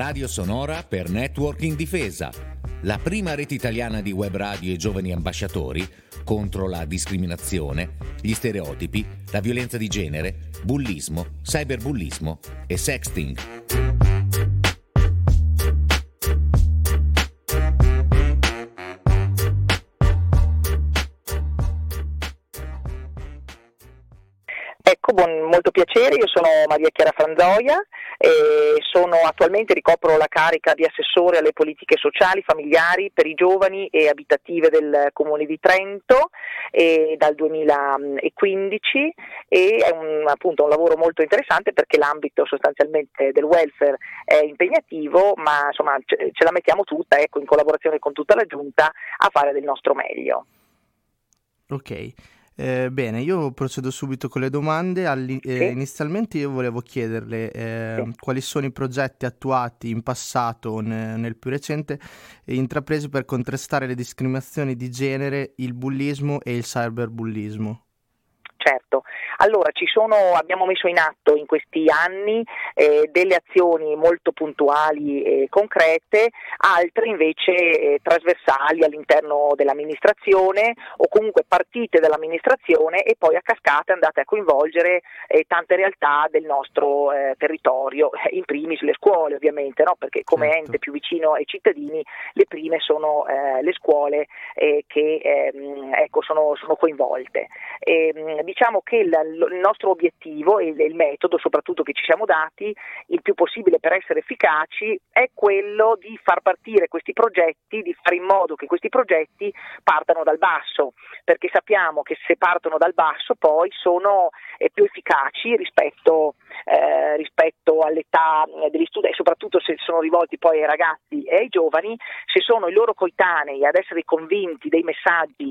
Radio Sonora per Networking Difesa, la prima rete italiana di web radio e giovani ambasciatori contro la discriminazione, gli stereotipi, la violenza di genere, bullismo, cyberbullismo e sexting. Ecco, molto piacere, io sono Maria Chiara Franzoia e ricopro la carica di assessore alle politiche sociali, familiari per i giovani e abitative del Comune di Trento dal 2015 e è un lavoro molto interessante perché l'ambito sostanzialmente del welfare è impegnativo, ma insomma ce la mettiamo tutta, ecco, in collaborazione con tutta la Giunta a fare del nostro meglio. Ok. Bene, io procedo subito con le domande. Inizialmente io volevo chiederle quali sono i progetti attuati in passato o nel più recente intrapresi per contrastare le discriminazioni di genere, il bullismo e il cyberbullismo. Certo, allora abbiamo messo in atto in questi anni delle azioni molto puntuali e concrete, altre invece trasversali all'interno dell'amministrazione o comunque partite dall'amministrazione e poi a cascata andate a coinvolgere tante realtà del nostro territorio, in primis le scuole ovviamente, no? Perché come Certo. ente più vicino ai cittadini le prime sono le scuole che sono coinvolte. Diciamo che il nostro obiettivo e il metodo soprattutto che ci siamo dati il più possibile per essere efficaci è quello di far partire questi progetti, di fare in modo che questi progetti partano dal basso, perché sappiamo che se partono dal basso poi sono più efficaci rispetto all'età degli studenti, soprattutto se sono rivolti poi ai ragazzi e ai giovani, se sono i loro coetanei ad essere convinti dei messaggi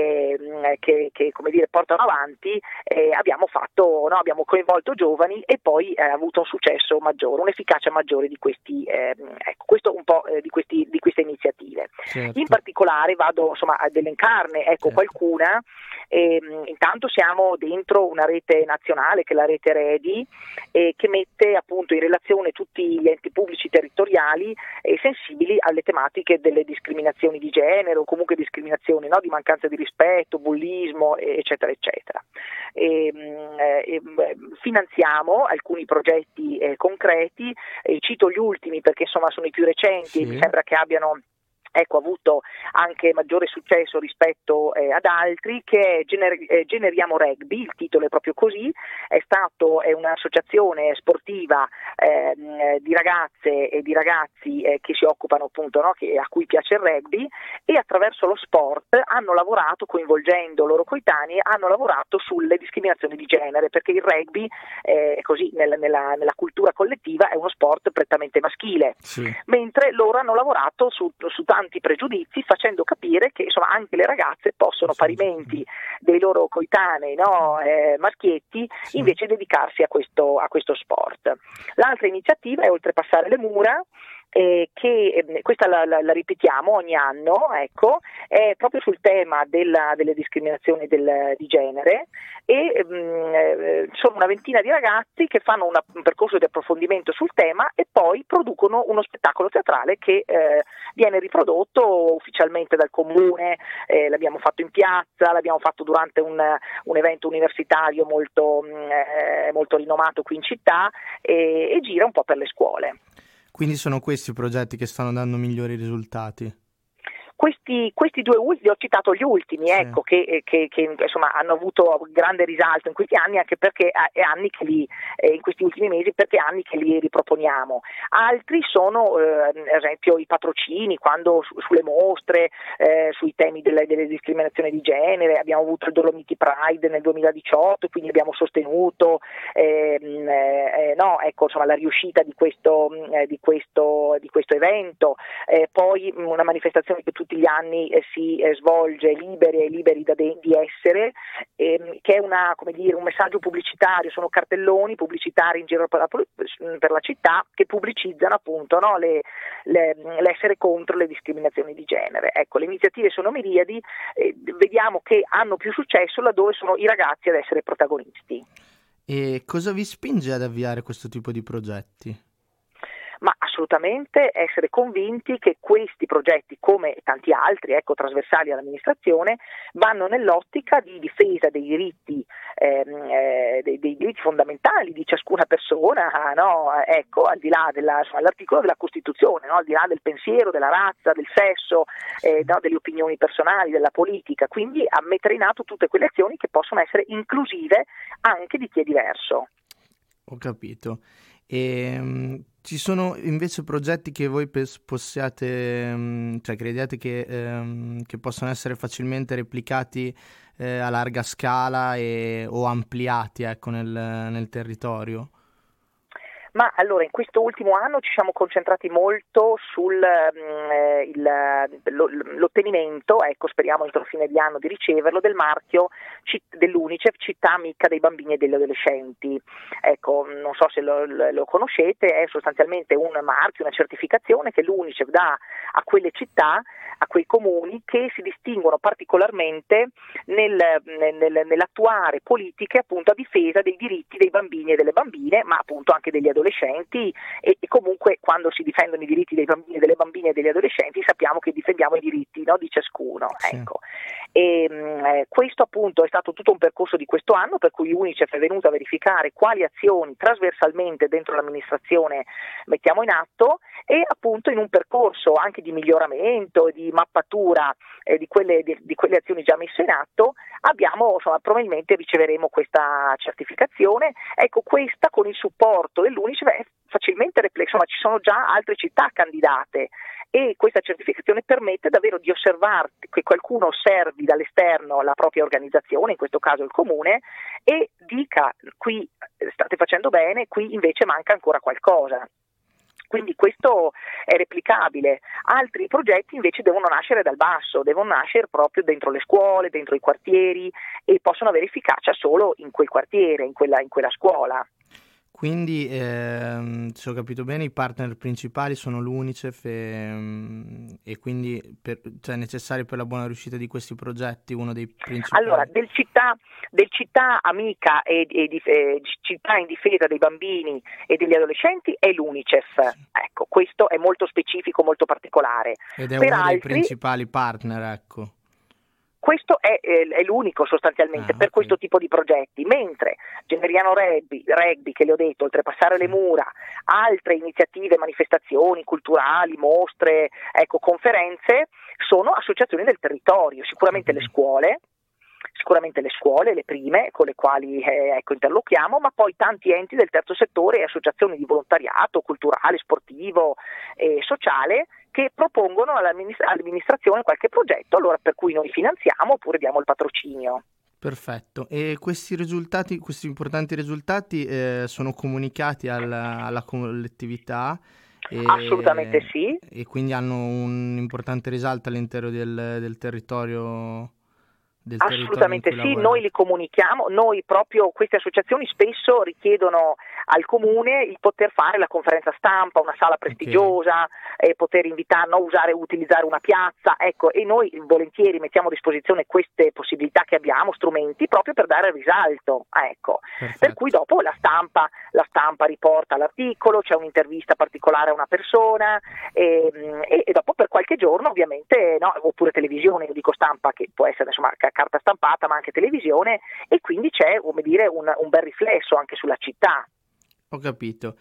che portano avanti, abbiamo coinvolto giovani e poi avuto un successo maggiore, un'efficacia maggiore di questi questo un po' di queste iniziative. Certo. In particolare vado ad elencarne qualcuna. Intanto siamo dentro una rete nazionale che è la rete REDI che mette appunto in relazione tutti gli enti pubblici territoriali sensibili alle tematiche delle discriminazioni di genere o comunque discriminazioni, no, di mancanza di rispetto, bullismo, eccetera eccetera. Finanziamo alcuni progetti concreti, cito gli ultimi perché insomma sono i più recenti. Sì. E mi sembra che abbiano avuto anche maggiore successo rispetto ad altri, che è Generiamo Rugby, il titolo è proprio così, è un'associazione sportiva di ragazze e di ragazzi che si occupano appunto, no, a cui piace il rugby, e attraverso lo sport hanno lavorato, coinvolgendo loro coetanei, hanno lavorato sulle discriminazioni di genere, perché il rugby così nella cultura collettiva è uno sport prettamente maschile, Sì. mentre loro hanno lavorato su tanti pregiudizi, facendo capire che insomma anche le ragazze possono parimenti dei loro coetanei, no, maschietti, Sì. invece dedicarsi a questo sport. L'altra iniziativa è Oltrepassare le mura, che questa la ripetiamo ogni anno, ecco, è proprio sul tema delle discriminazioni di genere e sono una ventina di ragazzi che fanno un percorso di approfondimento sul tema e poi producono uno spettacolo teatrale che viene riprodotto ufficialmente dal comune, l'abbiamo fatto in piazza, l'abbiamo fatto durante un evento universitario molto rinomato qui in città e gira un po' per le scuole. Quindi sono questi i progetti che stanno dando migliori risultati? Questi due ultimi, ho citato gli ultimi, Sì. ecco, che insomma hanno avuto grande risalto in questi anni, anche perché è anni che in questi ultimi mesi, perché è anni che li riproponiamo. Altri sono, ad esempio, i patrocini, quando sulle mostre, sui temi delle discriminazioni di genere, abbiamo avuto il Dolomiti Pride nel 2018, quindi abbiamo sostenuto la riuscita di questo evento, poi una manifestazione che tutti gli anni si svolge liberi di essere, che è un messaggio pubblicitario, sono cartelloni pubblicitari in giro per la città che pubblicizzano appunto, no, l'essere contro le discriminazioni di genere. Ecco, le iniziative sono miriadi, vediamo che hanno più successo laddove sono i ragazzi ad essere protagonisti. E cosa vi spinge ad avviare questo tipo di progetti? ma assolutamente essere convinti che questi progetti, come tanti altri, trasversali all'amministrazione, vanno nell'ottica di difesa dei diritti, dei diritti fondamentali di ciascuna persona, no? Al di là dell'articolo della Costituzione, no? Al di là del pensiero, della razza, del sesso, no? Delle opinioni personali, della politica, quindi a mettere in atto tutte quelle azioni che possono essere inclusive anche di chi è diverso. Ho capito. Ci sono invece progetti che voi possiate, cioè crediate che possono essere facilmente replicati a larga scala o ampliati, nel territorio? Ma allora in questo ultimo anno ci siamo concentrati molto sull'ottenimento, speriamo entro fine di anno di riceverlo, del marchio dell'UNICEF Città Amica dei Bambini e degli Adolescenti. Non so se lo conoscete, è sostanzialmente un marchio, una certificazione che l'UNICEF dà a quelle città, a quei comuni che si distinguono particolarmente nell'attuare politiche appunto a difesa dei diritti dei bambini e delle bambine, ma appunto anche degli adolescenti, e comunque quando si difendono i diritti dei bambini, delle bambine e degli adolescenti sappiamo che difendiamo i diritti, no, di ciascuno. Sì. Questo appunto è stato tutto un percorso di questo anno, per cui UNICEF è venuto a verificare quali azioni trasversalmente dentro l'amministrazione mettiamo in atto, e appunto in un percorso anche di miglioramento e di mappatura di quelle azioni già messe in atto probabilmente riceveremo questa certificazione. Questa con il supporto dell'UNICEF è facilmente ci sono già altre città candidate, e questa certificazione permette davvero di osservare, che qualcuno osservi dall'esterno la propria organizzazione, in questo caso il comune, e dica: qui state facendo bene, qui invece manca ancora qualcosa. Quindi questo è replicabile. Altri progetti invece devono nascere dal basso, devono nascere proprio dentro le scuole, dentro i quartieri, e possono avere efficacia solo in quel quartiere, in quella scuola. Quindi, se ho capito bene, i partner principali sono l'UNICEF e quindi è necessario per la buona riuscita di questi progetti uno dei principali. Allora, del città amica e città in difesa dei bambini e degli adolescenti è l'UNICEF. Questo è molto specifico, molto particolare. Ed è uno dei principali partner, Questo è l'unico sostanzialmente per questo tipo di progetti, mentre Generiano Rugby, che le ho detto, Oltrepassare le mura, altre iniziative, manifestazioni culturali, mostre, conferenze, sono associazioni del territorio, sicuramente le scuole, le prime con le quali interloquiamo, ma poi tanti enti del terzo settore e associazioni di volontariato culturale, sportivo e sociale, che propongono all'amministrazione qualche progetto, allora per cui noi finanziamo oppure diamo il patrocinio. Perfetto. E questi importanti risultati sono comunicati alla collettività? Assolutamente sì. E quindi hanno un importante risalto all'interno del territorio? Assolutamente sì, noi li comunichiamo, queste associazioni spesso richiedono al comune il poter fare la conferenza stampa, una sala prestigiosa, poter utilizzare una piazza, e noi volentieri mettiamo a disposizione queste possibilità che abbiamo, strumenti, proprio per dare risalto, Per cui dopo la stampa riporta l'articolo, c'è un'intervista particolare a una persona, e dopo per qualche giorno ovviamente, no, oppure televisione, io dico stampa che può essere carta stampata ma anche televisione, e quindi c'è un bel riflesso anche sulla città. Ho capito.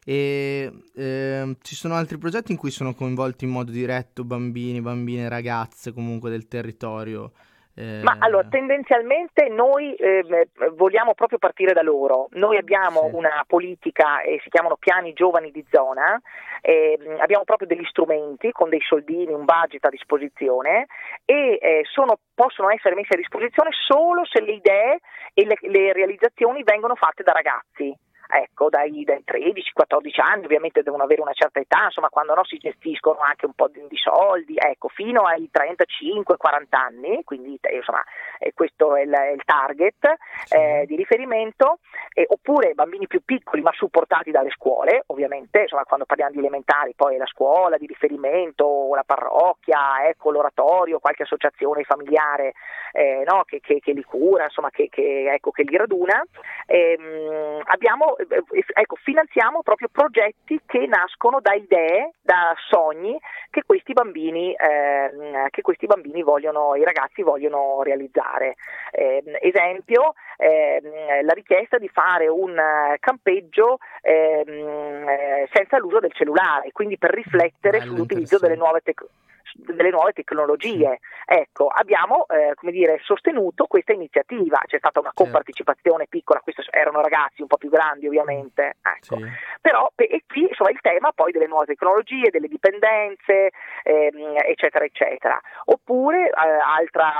E ci sono altri progetti in cui sono coinvolti in modo diretto bambini, bambine, ragazze comunque del territorio? Ma allora tendenzialmente noi vogliamo proprio partire da loro. Noi abbiamo una politica, si chiamano piani giovani di zona, abbiamo proprio degli strumenti con dei soldini, un budget a disposizione, e possono essere messi a disposizione solo se le idee e le realizzazioni vengono fatte da ragazzi. Dai 13-14 anni, ovviamente devono avere una certa età, insomma, quando si gestiscono anche un po' di soldi, fino ai 35-40 anni, quindi questo è il target di riferimento, oppure bambini più piccoli ma supportati dalle scuole, ovviamente, quando parliamo di elementari poi è la scuola di riferimento, la parrocchia, l'oratorio, qualche associazione familiare che li cura, che li raduna. Abbiamo ecco, finanziamo proprio progetti che nascono da idee, da sogni che questi bambini vogliono, i ragazzi vogliono realizzare. Esempio, la richiesta di fare un campeggio senza l'uso del cellulare, quindi per riflettere sull'utilizzo delle nuove tecnologie. Ecco, abbiamo sostenuto questa iniziativa, c'è stata una compartecipazione piccola, questi erano ragazzi un po' più grandi ovviamente, ecco. Sì. Però e qui insomma il tema poi delle nuove tecnologie, delle dipendenze, eccetera eccetera. Oppure altra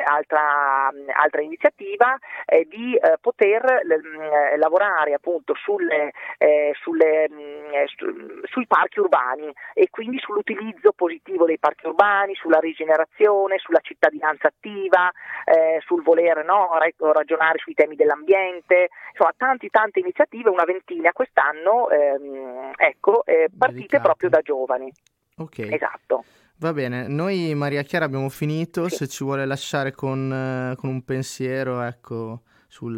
iniziativa è di poter lavorare appunto sui parchi urbani e quindi sull'utilizzo positivo dei parchi urbani, sulla rigenerazione, sulla cittadinanza attiva, sul voler ragionare sui temi dell'ambiente, insomma tante iniziative, una ventina quest'anno, partite proprio da giovani. Ok. Esatto. Va bene, noi Maria Chiara abbiamo finito, sì. Se ci vuole lasciare con un pensiero, ecco, sul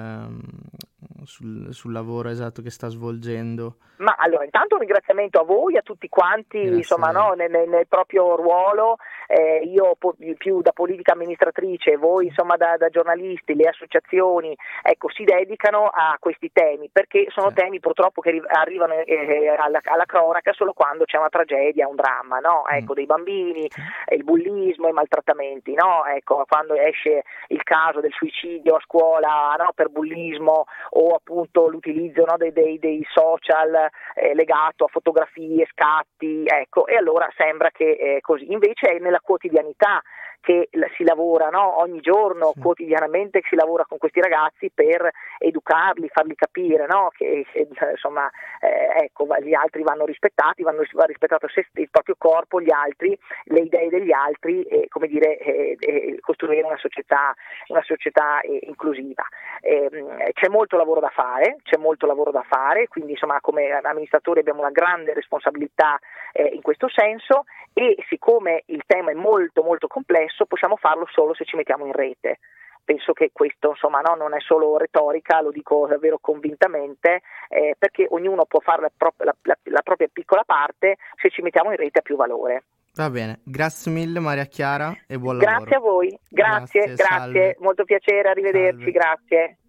sul lavoro esatto che sta svolgendo. Ma allora intanto un ringraziamento a voi, a tutti quanti. Grazie. Insomma nel proprio ruolo, io più da politica amministratrice, voi insomma da giornalisti, le associazioni, ecco, si dedicano a questi temi, perché sono temi purtroppo che arrivano alla cronaca solo quando c'è una tragedia, un dramma, no? Ecco, dei bambini, il bullismo, i maltrattamenti, no? Ecco, quando esce il caso del suicidio a scuola, no? Per bullismo, o appunto l'utilizzo, no? dei social legato a fotografie, scatti, ecco, e allora sembra che così. Invece è nella quotidianità che si lavora, no? Ogni giorno, quotidianamente si lavora con questi ragazzi per educarli, farli capire, no? Che insomma, ecco, gli altri vanno rispettati, va rispettato il proprio corpo, gli altri, le idee degli altri, e come dire, costruire una società inclusiva. C'è molto lavoro da fare, quindi insomma come amministratori abbiamo una grande responsabilità in questo senso, e siccome il tema è molto molto complesso possiamo farlo solo se ci mettiamo in rete. Penso che questo insomma non è solo retorica, lo dico davvero convintamente, perché ognuno può fare la propria piccola parte, se ci mettiamo in rete ha più valore. Va bene, grazie mille Maria Chiara e buon lavoro. Grazie a voi, grazie, molto piacere, arrivederci, salve. Grazie.